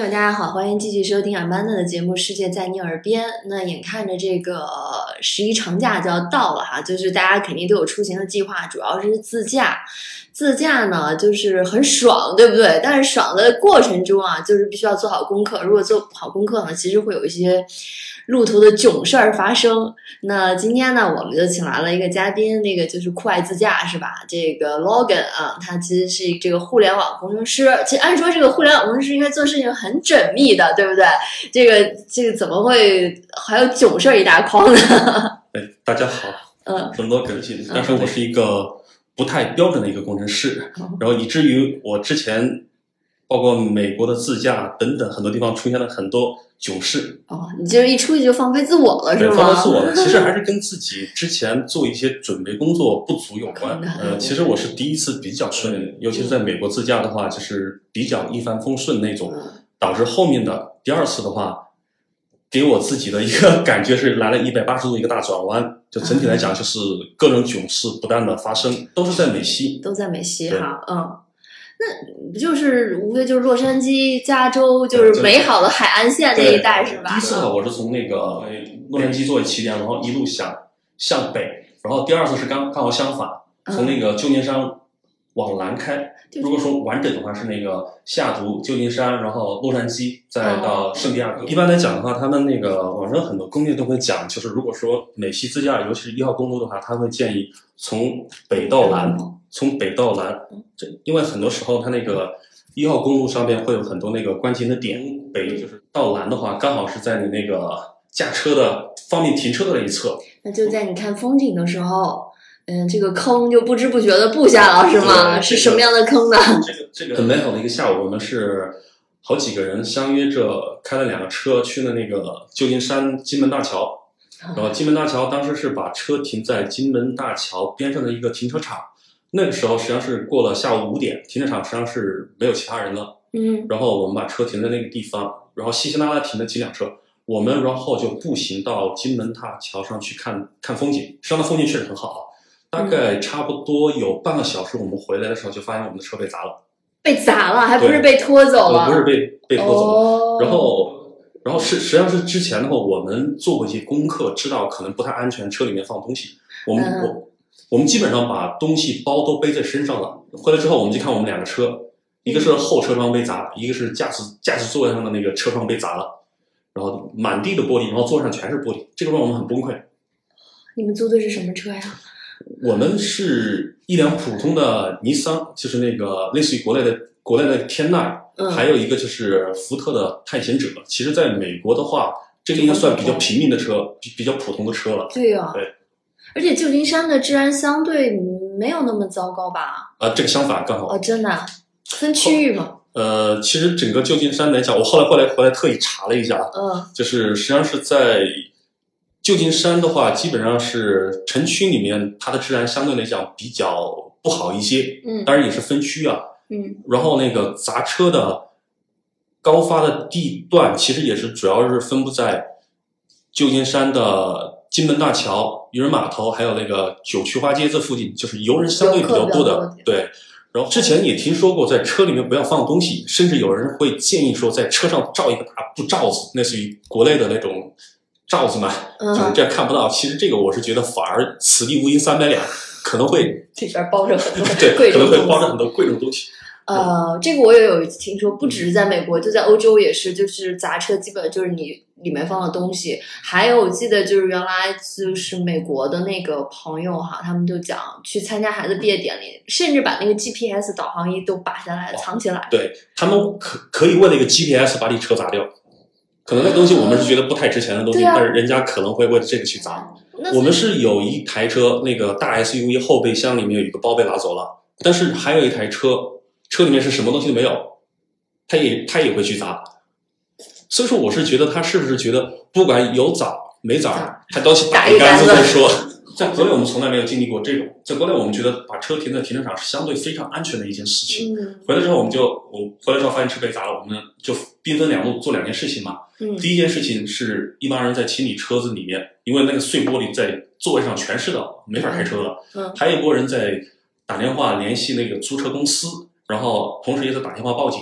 友大家好，欢迎继续收听阿曼达的节目《世界在你耳边》。那眼看着这个11长假就要到了哈，就是大家肯定都有出行的计划，主要是自驾。自驾呢，就是很爽，对不对？但是爽的过程中啊，就是必须要做好功课。如果做不好功课呢，其实会有一些路途的囧事儿发生。那今天呢，我们就请来了一个嘉宾，那个就是酷爱自驾是吧？这个 Logan 啊，他其实是这个互联网工程师。其实按说这个互联网工程师应该做事情很缜密的，对不对？这个怎么会还有囧事儿一大筐呢？ 大家好，很多梗性，但是我是一个不太标准的一个工程师，然后以至于我之前包括美国的自驾等等很多地方出现了很多囧事。 你就是一出去就放飞自我了是吗？ 放飞自我了，其实还是跟自己之前做一些准备工作不足有关。其实我是第一次比较顺利，尤其是在美国自驾的话，就是比较一帆风顺那种，导致后面的第二次的话，给我自己的一个感觉是来了180度一个大转弯。就整体来讲，就是各种囧事不断的发生，都是在美西， 哈，那不就是无非就是洛杉矶、加州，就是美好的海岸线那一带是吧？ 第一次我是从那个洛杉矶作为起点，然后一路向北，然后第二次是刚好相反，从那个旧金山往南开。如果说完整的话是那个西雅图、旧金山，然后洛杉矶，再到圣地亚哥。一般来讲的话，他们那个网上很多攻略都会讲，就是如果说美西自驾，尤其是1号公路的话，他会建议从北到南，因为很多时候它那个1号公路上面会有很多那个关键的点，北就是到南的话，刚好是在你那个驾车的方便停车的那一侧。 那就在你看风景的时候。这个坑就不知不觉的布下了是吗？是什么样的坑呢？ 这个很美好的一个下午，我们是好几个人相约着开了2个车去了那个旧金山金门大桥，然后金门大桥当时是把车停在金门大桥边上的一个停车场，那个时候实际上是过了下午5点，停车场实际上是没有其他人了。然后我们把车停在那个地方，然后稀稀拉拉停了几辆车，我们然后就步行到金门大桥上去看风景，实际上的风景确实很好啊。大概差不多有半个小时，我们回来的时候就发现我们的车被砸了。 被砸了，还不是被拖走了？ 不是被拖走了。然后实际上是之前的话，我们做过一些功课，知道可能不太安全，车里面放东西。我们基本上把东西包都背在身上了。回来之后，我们就看我们2个车，一个是后车窗被砸，一个是驾驶座位上的那个车窗被砸了，然后满地的玻璃，然后座上全是玻璃，这个让我们很崩溃。 你们租的是什么车呀？ 我们是一辆普通的尼桑，就是那个类似于国内的天籁，还有一个就是福特的探险者。其实在美国的话，这个应该算比较平民的车，比较普通的车了。 对啊， 对。 而且旧金山的治安相对没有那么糟糕吧？ 这个相反刚好。 真的分区域吗？ 其实整个旧金山来讲，我后来回来特意查了一下，就是实际上是在旧金山的话，基本上是城区里面，它的治安相对来讲比较不好一些。当然也是分区啊。然后那个砸车的高发的地段，其实也是主要是分布在旧金山的金门大桥、渔人码头，还有那个九曲花街这附近，就是游人相对比较多的。对。然后之前也听说过，在车里面不要放东西，甚至有人会建议说，在车上罩一个大布罩子，类似于国内的那种罩子嘛，就是这样看不到。其实这个我是觉得反而此地无银300两，可能会这边包着很多对，可能会包着很多贵重东西。 这个我也有听说，不只是在美国，就在欧洲也是，就是砸车基本就是你里面放的东西。还有我记得就是原来就是美国的那个朋友哈，他们就讲去参加孩子毕业典礼，甚至把那个 GPS 导航仪都拔下来藏起来。 对，他们可以为了一个 GPS 把你车砸掉。可能那东西我们是觉得不太值钱的东西，但是人家可能会为了这个去砸。我们是有一台车，那个大 SUV 后备箱里面有一个包被拿走了，但是还有一台车里面是什么东西都没有，他也会去砸。所以说我是觉得他是不是觉得不管有砸没砸，他都去打一竿子再说。在国内我们从来没有经历过这种，在国内我们觉得把车停在停车场是相对非常安全的一件事情。回来之后我回来之后发现车被砸了，我们就兵分2路做2件事情嘛。第一件事情是一帮人在清理车子里面，因为那个碎玻璃在座位上全是的，没法开车了。还有一拨人在打电话联系那个租车公司，然后同时也在打电话报警。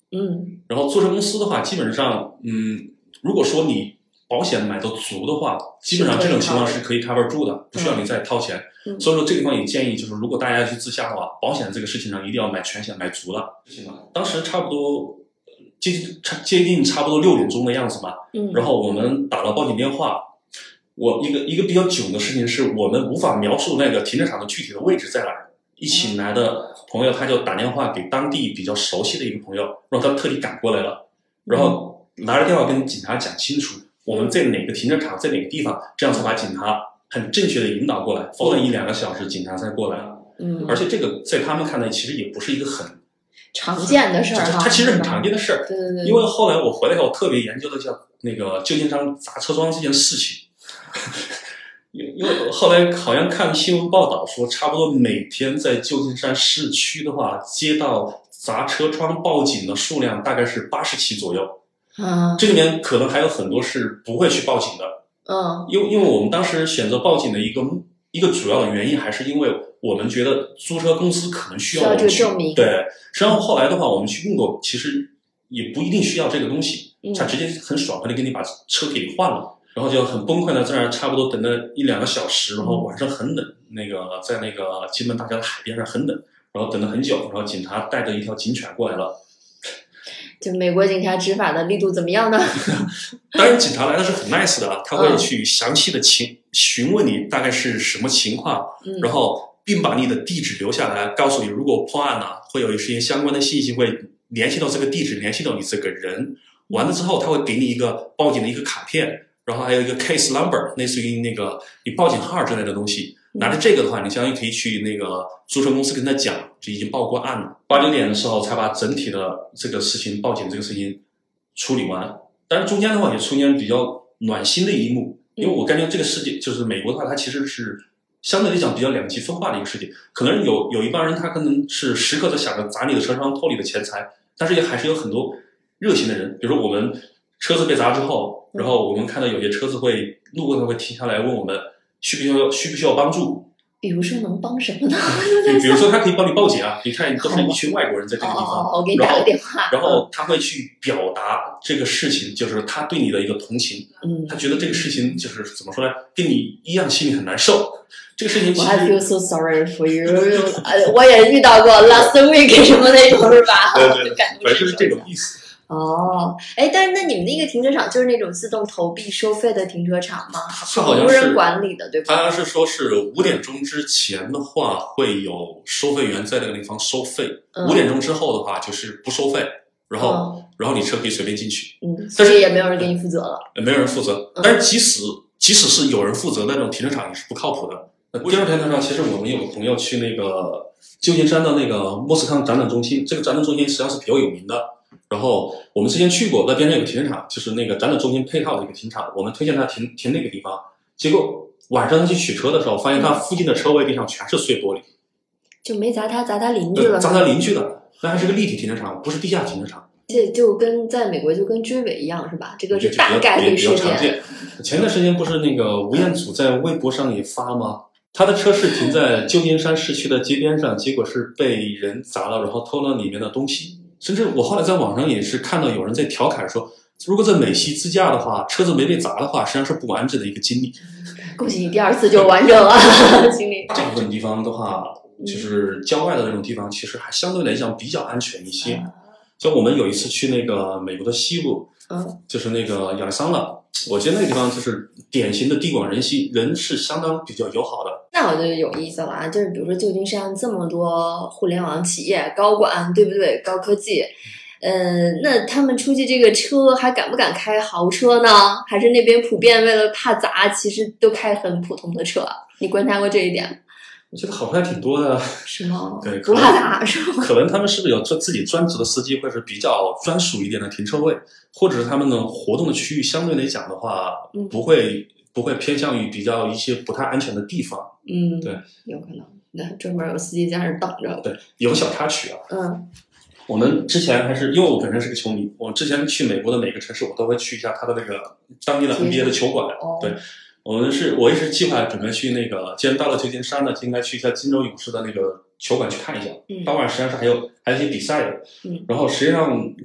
然后租车公司的话，基本上如果说你保险买的足的话，基本上这种情况是可以 cover 住的，不需要你再掏钱。所以说这个地方也建议，就是如果大家要去自驾的话，保险这个事情上一定要买全险买足了。当时差不多接近差不多6点钟的样子嘛，然后我们打了报警电话。我一个比较囧的事情是我们无法描述那个停车场的具体的位置在哪儿。一起来的朋友他就打电话给当地比较熟悉的一个朋友，然后他特地赶过来了，然后拿着电话跟警察讲清楚我们在哪个停车场，在哪个地方，这样才把警察很正确的引导过来。花了1-2个小时，警察才过来。而且这个在他们看来其实也不是一个很常见的事儿， 它其实很常见的事儿。 对对对。 因为后来我回来后特别研究的叫那个旧金山砸车窗这件事情。因为后来好像看新闻报道说，差不多每天在旧金山市区的话，接到砸车窗报警的数量大概是80起左右。这里面可能还有很多是不会去报警的。因为我们当时选择报警的一个主要的原因，还是因为我们觉得租车公司可能需要我们去证明。对，实际上后来的话，我们去用过，其实也不一定需要这个东西，他直接很爽快的给你把车给换了。然后就很崩溃的在那儿差不多等了1-2个小时，然后晚上很冷，在那个金门大桥的海边上很冷，然后等了很久，然后警察带着一条警犬过来了。 就美国警察执法的力度怎么样呢？ 当然警察来的是很 nice 的，他会去详细的询问你大概是什么情况，然后并把你的地址留下来，告诉你如果破案了会有一些相关的信息会联系到这个地址，联系到你这个人。完了之后他会给你一个报警的一个卡片，然后还有一个 case number， 类似于那个你报警号之类的东西。拿着这个的话，你相当于可以去那个租车公司跟他讲，就已经报过案了。8-9点的时候才把整体的这个事情报警这个事情处理完。但是中间的话也出现比较暖心的一幕，因为我感觉这个世界就是美国的话，它其实是相对来讲比较两极分化的一个世界。可能有一帮人他可能是时刻在想着砸你的车窗偷你的钱财，但是也还是有很多热心的人，比如说我们车子被砸之后，然后我们看到有些车子会路过，他会停下来问我们需不需要帮助。 比如说能帮什么呢？ 比如说他可以帮你报警啊，你看都是一群外国人在这个地方， 我给你打个电话， 然后他会去表达这个事情，就是他对你的一个同情，他觉得这个事情就是怎么说呢，跟你一样心里很难受。这个事情其实 I feel so sorry for you 我也遇到过 last week 什么那种是吧？ 对，反正就是这种意思。 但是那你们那个停车场就是那种自动投币收费的停车场吗？ 是好像是无人管理的，对吧？ 好像是说是5点钟之前的话会有收费员在那个地方收费，5点钟之后的话就是不收费，然后你车可以随便进去。 但是也没有人给你负责了， 没有人负责。但是即使是有人负责，那种停车场也是不靠谱的。第二天呢，其实我们有个朋友去那个旧金山的那个莫斯康展览中心，这个展览中心实际上是比较有名的。然后我们之前去过，那边上有个停车场，就是那个展览中心配套的一个停车场，我们推荐他停那个地方。结果晚上他去取车的时候，发现他附近的车位地上全是碎玻璃， 就没砸他邻居了。 砸他邻居的，那还是个立体停车场，不是地下停车场。 这就跟在美国就跟追尾一样是吧？这个是大概率事件。 前段时间不是那个吴彦祖在微博上也发吗？他的车是停在旧金山市区的街边上，结果是被人砸了，然后偷了里面的东西。甚至我后来在网上也是看到有人在调侃说，如果在美西自驾的话，车子没被砸的话，实际上是不完整的一个经历。 恭喜你第2次就完整了经历。 这部分地方的话，就是郊外的那种地方，其实还相对来讲比较安全一些。像我们有一次去那个美国的西部，就是那个亚利桑那，我觉得那个地方就是典型的地广人稀，人是相当比较友好的。 那我就有意思了啊，就是比如说旧金山这么多互联网企业高管，对不对？高科技，那他们出去这个车还敢不敢开豪车呢？还是那边普遍为了怕砸，其实都开很普通的车？你观察过这一点？ 我觉得好像还挺多的。 是吗？ 对， 不怕砸是吗？ 可能他们是不是有自己专职的司机，或者是比较专属一点的停车位，或者是他们的活动的区域相对来讲的话，不会偏向于比较一些不太安全的地方。对， 有可能。那专门有司机在那儿等着。 对，有个小插曲啊。我们之前还是因为我本身是个球迷，我之前去美国的每个城市，我都会去一下他的那个当地的 NBA 的球馆。对，我一直计划准备去那个，既然到了旧金山呢，就应该去一下金州勇士的那个球馆去看一下。当晚实际上是还有一些比赛的。然后实际上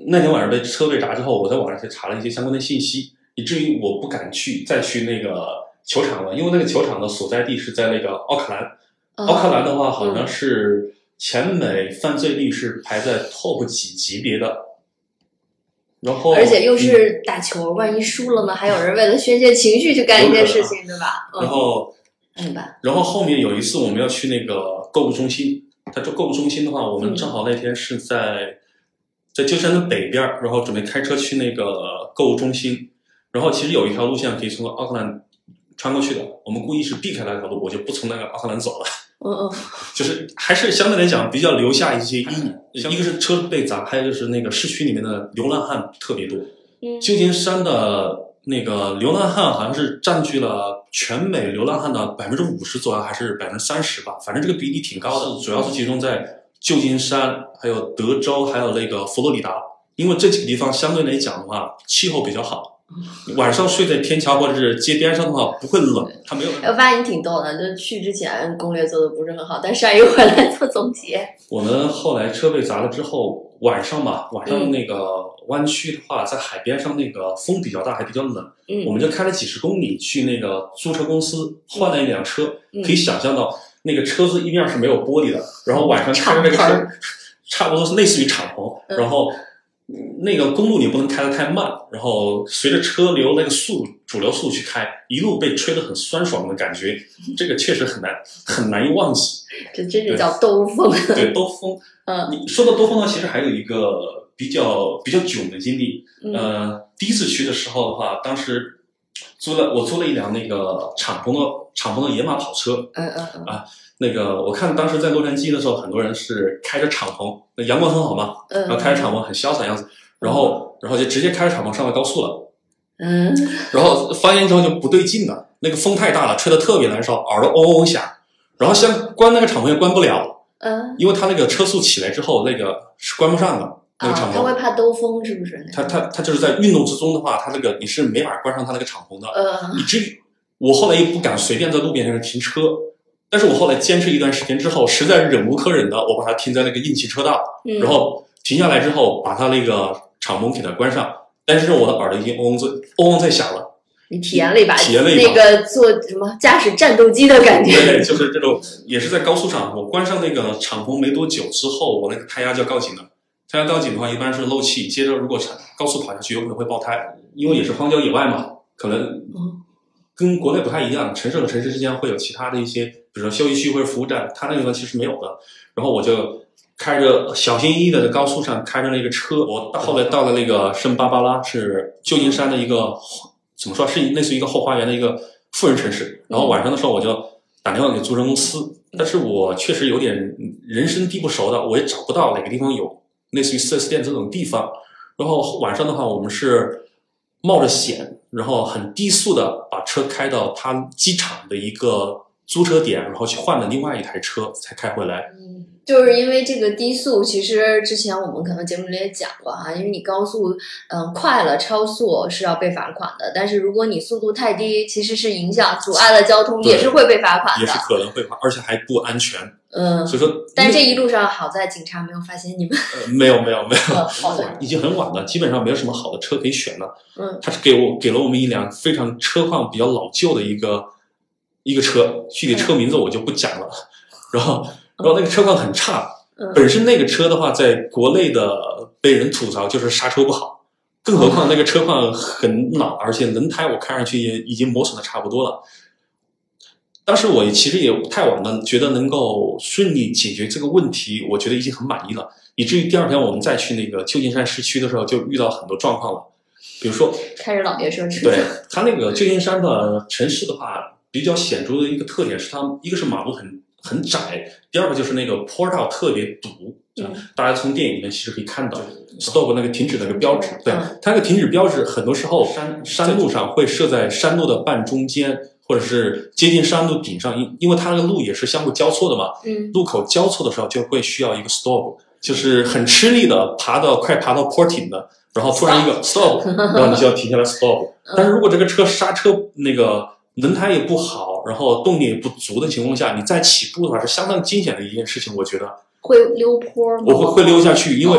那天晚上被车被砸之后，我在网上去查了一些相关的信息，以至于我不敢再去那个球场了，因为那个球场的所在地是在那个奥克兰。奥克兰的话，好像是全美犯罪率是排在 top 几级别的。然后， 而且又是打球，万一输了呢，还有人为了宣泄情绪去干一件事情，对吧？ 然后， 明白。 然后后面有一次我们要去那个购物中心，它这购物中心的话，我们正好那天是在旧山的北边，然后准备开车去那个购物中心。然后其实有一条路线可以从奥克兰穿过去的，我们故意是避开那条路，我就不从那个奥克兰走了。就是还是相对来讲比较留下一些阴影。一个是车被砸，还有就是那个市区里面的流浪汉特别多。旧金山的那个流浪汉好像是占据了全美流浪汉的50%左右，还是30%吧，反正这个比例挺高的。主要是集中在旧金山、还有德州、还有那个佛罗里达，因为这几个地方相对来讲的话，气候比较好。晚上睡在天桥或者是街边上的话不会冷，它没有。 我发现你挺逗的，就去之前攻略做的不是很好，但上一回来做总结。 我们后来车被砸了之后，晚上那个湾区的话，在海边上那个风比较大，还比较冷。我们就开了几十公里去那个租车公司换了一辆车，可以想象到那个车子一面是没有玻璃的，然后晚上开着那个车，差不多是类似于敞篷，然后。那个公路你不能开得太慢，然后随着车流那个主流速度去开，一路被吹得很酸爽的感觉，这个确实很难以忘记。 这真是叫兜风。 对，兜风。你说到兜风呢，其实还有一个比较囧的经历。第一次去的时候的话，当时我租了一辆那个敞篷的野马跑车。那个我看当时在洛杉矶的时候，很多人是开着敞篷，那阳光很好嘛，然后开着敞篷很潇洒的样子，然后就直接开着敞篷上了高速了。然后发现之后就不对劲了，那个风太大了，吹得特别难受，耳朵嗡嗡响，然后想关那个敞篷也关不了，因为它那个车速起来之后，那个是关不上的。那个敞篷， 他会怕兜风，是不是？ 他就是在运动之中的话，他那个你是没法关上他那个敞篷的。以至于我后来也不敢随便在路边上停车。但是我后来坚持一段时间之后，实在忍无可忍的，我把它停在那个硬气车道，然后停下来之后，把它那个敞篷给它关上。但是我的耳朵已经嗡嗡在响了。 你体验了一把那个做什么驾驶战斗机的感觉。 对，就是这种，也是在高速上，我关上那个敞篷没多久之后，我那个胎压就告警了。胎压告警的话，一般是漏气，接着如果高速跑下去，有可能会爆胎，因为也是荒郊野外嘛，可能跟国内不太一样，城市和城市之间会有其他的一些，比如说休息区或者服务站，它那个呢其实没有的。然后我就开着小心翼翼的在高速上开着那个车，我后来到了那个圣巴巴拉，是旧金山的一个怎么说是类似于一个后花园的一个富人城市。然后晚上的时候我就打电话给租车公司，但是我确实有点人生地不熟的，我也找不到哪个地方有类似于 4S 店这种地方。然后晚上的话，我们是冒着险，然后很低速的把车开到他机场的一个租车点，然后去换了另外一台车才开回来。 就是因为这个低速，其实之前我们可能节目里也讲过哈，因为你高速快了超速是要被罚款的，但是如果你速度太低，其实是影响阻碍了交通，也是会被罚款的， 也是可能会罚，而且还不安全。所以说， 但这一路上好在警察没有发现你们。 没有，已经很晚了，基本上没有什么好的车可以选了。他是给了我们一辆非常车况比较老旧的一个车，具体车名字我就不讲了。然后那个车况很差，本身那个车的话，在国内的被人吐槽就是刹车不好，更何况那个车况很老，而且轮胎我看上去也已经磨损的差不多了。当时我其实也太晚了，觉得能够顺利解决这个问题，我觉得已经很满意了。以至于第二天我们再去那个旧金山市区的时候，就遇到很多状况了。比如说开着老爷车吃。 对，它那个旧金山的城市的话，比较显著的一个特点是它一个是马路很窄，第二个就是那个坡道特别堵。大家从电影里面其实可以看到 stop 那个停止那个标志。对，它那个停止标志很多时候山路上会设在山路的半中间，或者是接近山路顶上，因为它那个路也是相互交错的嘛。路口交错的时候就会需要一个 stop， 就是很吃力的快爬到坡顶的，然后突然一个 stop， 然后你就要停下来 stop。但是如果这个车刹车那个轮胎也不好，然后动力也不足的情况下，你再起步的话是相当惊险的一件事情。我觉得会溜坡吗？ 我会溜下去，因为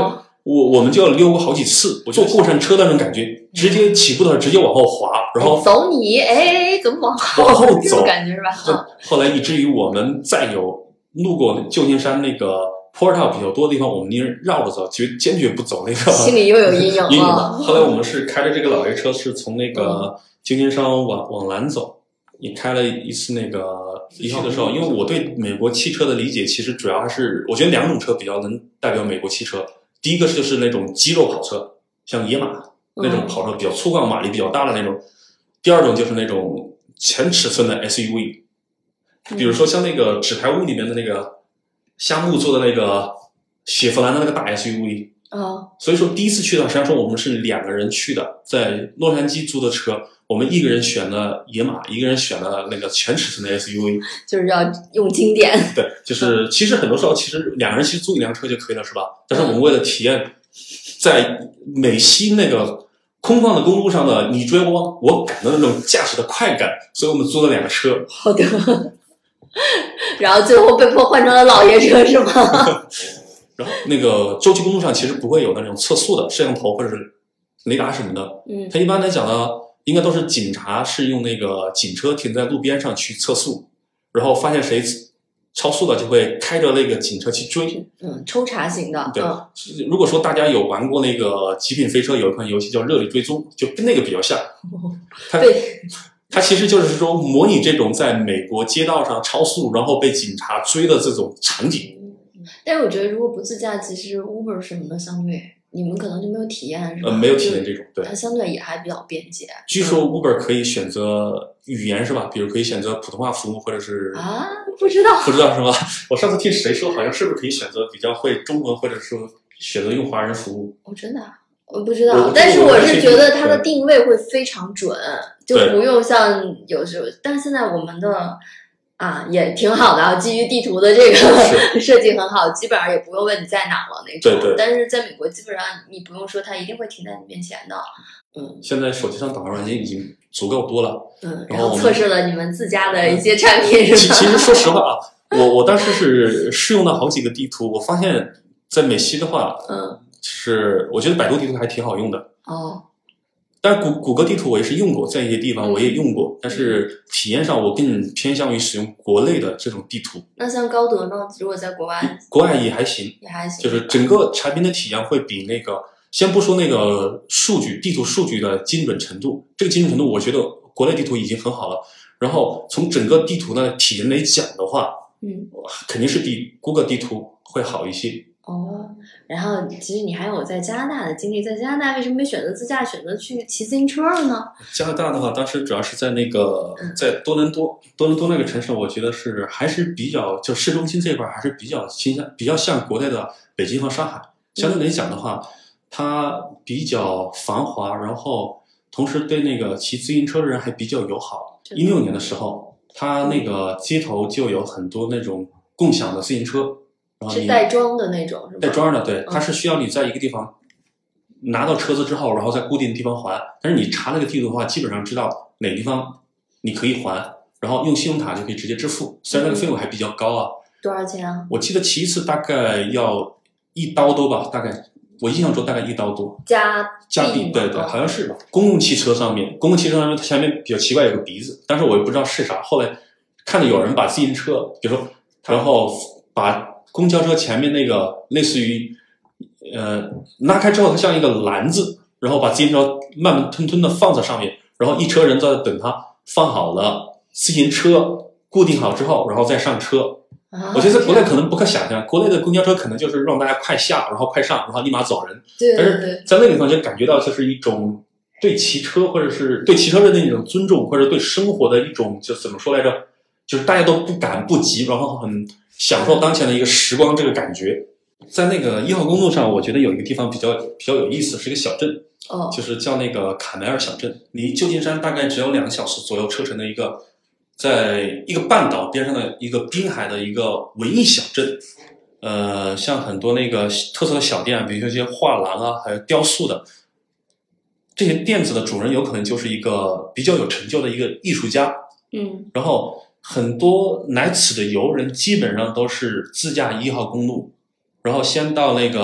我们就要溜过好几次，我坐过山车的那种感觉，直接起步的直接往后滑，然后走你，怎么往后走， 这种感觉是吧？ 后来以至于我们再有路过旧金山那个坡道比较多的地方，我们宁愿绕着走，坚决不走那个。 心里又有阴影了。 后来我们是开着这个老爷车，是从那个旧金山往南走，也开了一次那个1号的时候，因为我对美国汽车的理解，其实主要还是我觉得2种车比较能代表美国汽车。第一个就是那种肌肉跑车，像野马那种跑车比较粗犷，马力比较大的那种。第二种就是那种全尺寸的 SUV， 比如说像那个纸牌屋里面的那个夏目做的那个雪佛兰的那个大 SUV。所以说第一次去的，实际上说我们是2个人去的，在洛杉矶租的车，我们一个人选了野马，一个人选了那个全尺寸的 SUV， 就是要用经典。 对，就是其实很多时候，其实2个人其实租一辆车就可以了，是吧？但是我们为了体验在美西那个空旷的公路上的你追我赶的那种驾驶的快感，所以我们租了2个车。 好的。然后最后被迫换成了老爷车，是吗？ 然后那个洲际公路上其实不会有那种测速的摄像头或者是雷达什么的，它一般来讲呢，应该都是警察是用那个警车停在路边上去测速，然后发现谁超速了就会开着那个警车去追。 抽查型的。 对，如果说大家有玩过那个极品飞车，有一款游戏叫《热力追踪》，就跟那个比较像。它其实就是说模拟这种在美国街道上超速，然后被警察追的这种场景。 但是我觉得如果不自驾，其实 Uber 什么的相对你们可能就没有体验，是吧？ 没有体验这种，对。 它相对也还比较便捷。 据说 Uber 可以选择语言，是吧？比如可以选择普通话服务，或者是不知道是吧？我上次听谁说，好像是不是可以选择比较会中文，或者说选择用华人服务？ 真的我不知道，但是我是觉得它的定位会非常准，就不用像有时候，但是现在我们的。也挺好的，基于地图的这个设计很好，基本上也不用问你在哪了那种。 对。 但是在美国，基本上你不用说，它一定会停在你面前的。 现在手机上导航软件已经足够多了。 然后测试了你们自家的一些产品，是吧？ 其实说实话我当时是试用了好几个地图，我发现在美西的话，是我觉得百度地图还挺好用的。但是谷歌地图我也是用过，在一些地方我也用过，但是体验上我更偏向于使用国内的这种地图。 那像高德呢？如果在国外也还行，就是整个产品的体验会比那个，先不说那个地图数据的精准程度，这个精准程度我觉得国内地图已经很好了。然后从整个地图的体验来讲的话，肯定是比 Google 地图会好一些。 然后其实你还有在加拿大的经历，在加拿大为什么没选择自驾，选择去骑自行车了呢？ 加拿大的话，当时主要是在那个在多伦多那个城市，我觉得是还是比较就市中心这一块还是比较像国内的北京和上海。相对来讲的话，它比较繁华，然后同时对那个骑自行车的人还比较友好。16年的时候，它那个街头就有很多那种共享的自行车。 是带桩的那种，是吧？ 带桩的，对，它是需要你在一个地方拿到车子之后，然后在固定的地方还。但是你查那个地图的话，基本上知道哪个地方你可以还，然后用信用卡就可以直接支付。虽然那个费用还比较高啊。 多少钱啊？ 我记得骑一次大概要1刀多吧，大概我印象中大概1刀多。 加币，对，好像是吧。公共汽车上面它下面比较奇怪有个鼻子，但是我也不知道是啥。后来看到有人把自行车，比如说，然后把公交车前面那个类似于拉开之后它像一个篮子，然后把自行车慢慢吞吞的放在上面，然后一车人在等它放好了自行车固定好之后，然后再上车。我觉得在国内可能不可想象，国内的公交车可能就是让大家快下，然后快上，然后立马走人。 对。 但是在那个地方就感觉到就是一种对骑车或者是对汽车的那种尊重，或者对生活的一种就怎么说来着，就是大家都不赶不急，然后很享受当前的一个时光这个感觉。在那个1号公路上，我觉得有一个地方比较有意思，是一个小镇，就是叫那个卡梅尔小镇，离旧金山大概只有2个小时左右车程的一个，在一个半岛边上的一个滨海的一个文艺小镇。像很多那个特色的小店，比如说一些画廊啊，还有雕塑的这些店子的主人，有可能就是一个比较有成就的一个艺术家。然后很多来此的游人基本上都是自驾1号公路，然后先到那个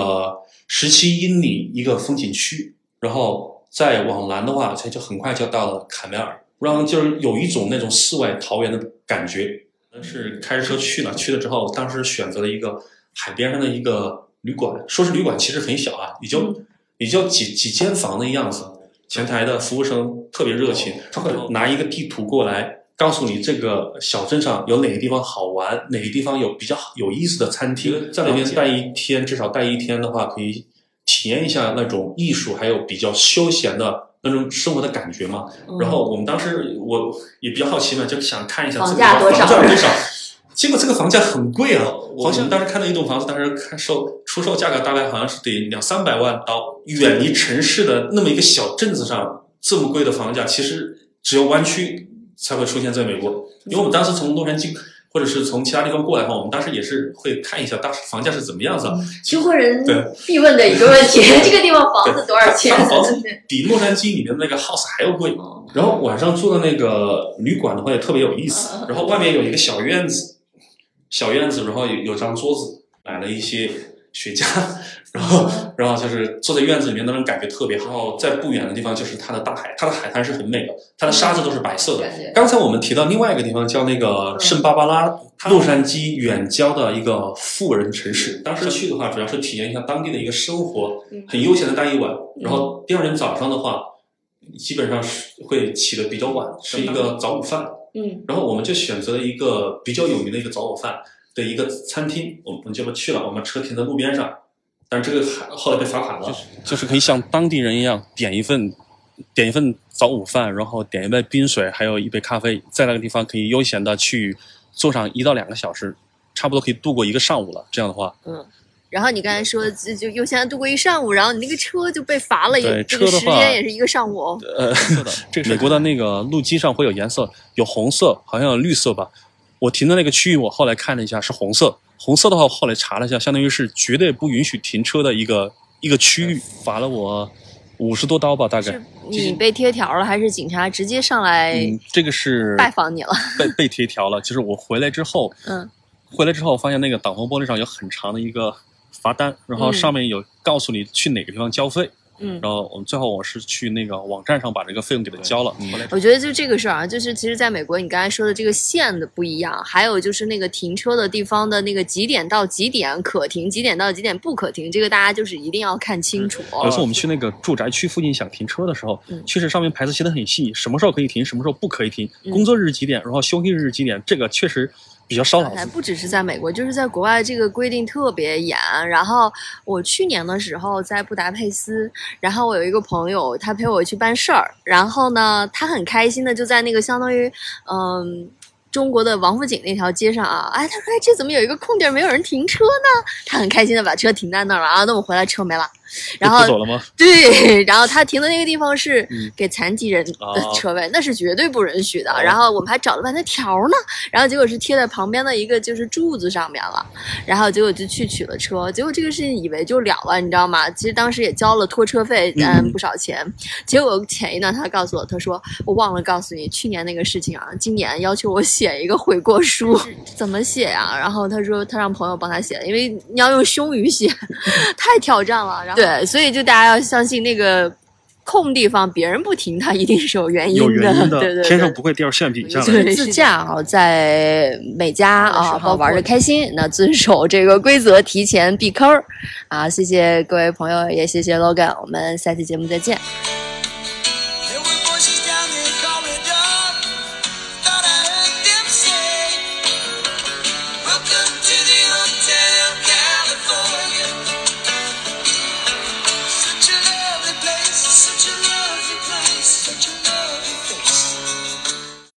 17英里一个风景区，然后再往南的话，就很快就到了坎梅尔，然后就是有一种那种世外桃源的感觉。是开着车去了之后，当时选择了一个海边上的一个旅馆，说是旅馆其实很小啊，也就几间房的样子。前台的服务生特别热情，他会拿一个地图过来，告诉你这个小镇上有哪个地方好玩，哪个地方有比较有意思的餐厅，在那边待一天，至少待一天的话，可以体验一下那种艺术，还有比较休闲的那种生活的感觉嘛。然后我们当时我也比较好奇嘛，就想看一下这个房价多少。结果这个房价很贵啊！好像当时看到一栋房子，当时出售价格大概好像是得200-300万刀。远离城市的那么一个小镇子上，这么贵的房价，其实只有湾区才会出现在美国。因为我们当时从洛杉矶或者是从其他地方过来的话，我们当时也是会看一下当时房价是怎么样子。 中国人必问的一个问题：这个地方房子多少钱？ 房子比洛杉矶里面的那个 house 还要贵。然后晚上住的那个旅馆的话也特别有意思，然后外面有一个小院子，然后有张桌子，买了一些雪茄，然后就是坐在院子里面那种感觉特别好。然后在不远的地方就是它的大海，它的海滩是很美的，它的沙子都是白色的。刚才我们提到另外一个地方叫那个圣巴巴拉，洛杉矶远郊的一个富人城市。当时去的话，主要是体验一下当地的一个生活，很悠闲的待一晚。然后第二天早上的话，基本上是会起得比较晚，吃一个早午饭。然后我们就选择了一个比较有名的一个早午饭的一个餐厅，我们就去了，我们车停在路边上，但这个后来被罚款了。就是可以像当地人一样点一份早午饭，然后点一杯冰水，还有一杯咖啡，在那个地方可以悠闲的去坐上1到2个小时，差不多可以度过一个上午了。这样的话， 然后你刚才说就悠闲度过一上午，然后你那个车就被罚了， 对， 这个时间也是1个上午。 是的，这个美国的那个路基上会有颜色，有红色，好像有绿色吧。我停的那个区域，我后来看了一下是红色。红色的话，我后来查了一下，相当于是绝对不允许停车的一个区域，罚了我50多刀吧，大概。 你被贴条了，还是警察直接上来？ 这个是拜访你了， 被贴条了。就是我回来之后，发现那个挡风玻璃上有很长的一个罚单，然后上面有告诉你去哪个地方交费。然后最后我是去那个网站上把这个费用给他交了。 我觉得就这个事儿啊，就是其实在美国你刚才说的这个线的不一样，还有就是那个停车的地方的那个几点到几点可停，几点到几点不可停，这个大家就是一定要看清楚。 有时候我们去那个住宅区附近想停车的时候，确实上面牌子写得很细，什么时候可以停，什么时候不可以停，工作日几点，然后休息日几点，这个确实比较烧脑子。 不只是在美国，就是在国外这个规定特别严。然后我去年的时候在布达佩斯，然后我有一个朋友，他陪我去办事儿，然后呢，他很开心的就在那个相当于中国的王府井那条街上啊，他说这怎么有一个空地没有人停车呢？他很开心的把车停在那儿了啊，那我回来车没了。然后走了吗？ 对，然后他停的那个地方是给残疾人的车位，那是绝对不允许的。然后我们还找了半天条呢，然后结果是贴在旁边的一个就是柱子上面了，然后结果就去取了车，结果这个事情以为就了了，你知道吗？其实当时也交了拖车费，不少钱。结果前一段他告诉我，他说我忘了告诉你，去年那个事情啊，今年要求我写一个悔过书，怎么写呀？然后他说他让朋友帮他写，因为你要用胸语写，太挑战了。然后对，所以就大家要相信那个空地方别人不停，它一定是有原因的，对， 天上不会掉馅饼下来。 自驾啊，在美加啊，玩的开心，那遵守这个规则，提前避坑啊！谢谢各位朋友，也谢谢 Logan， 我们下期节目再见。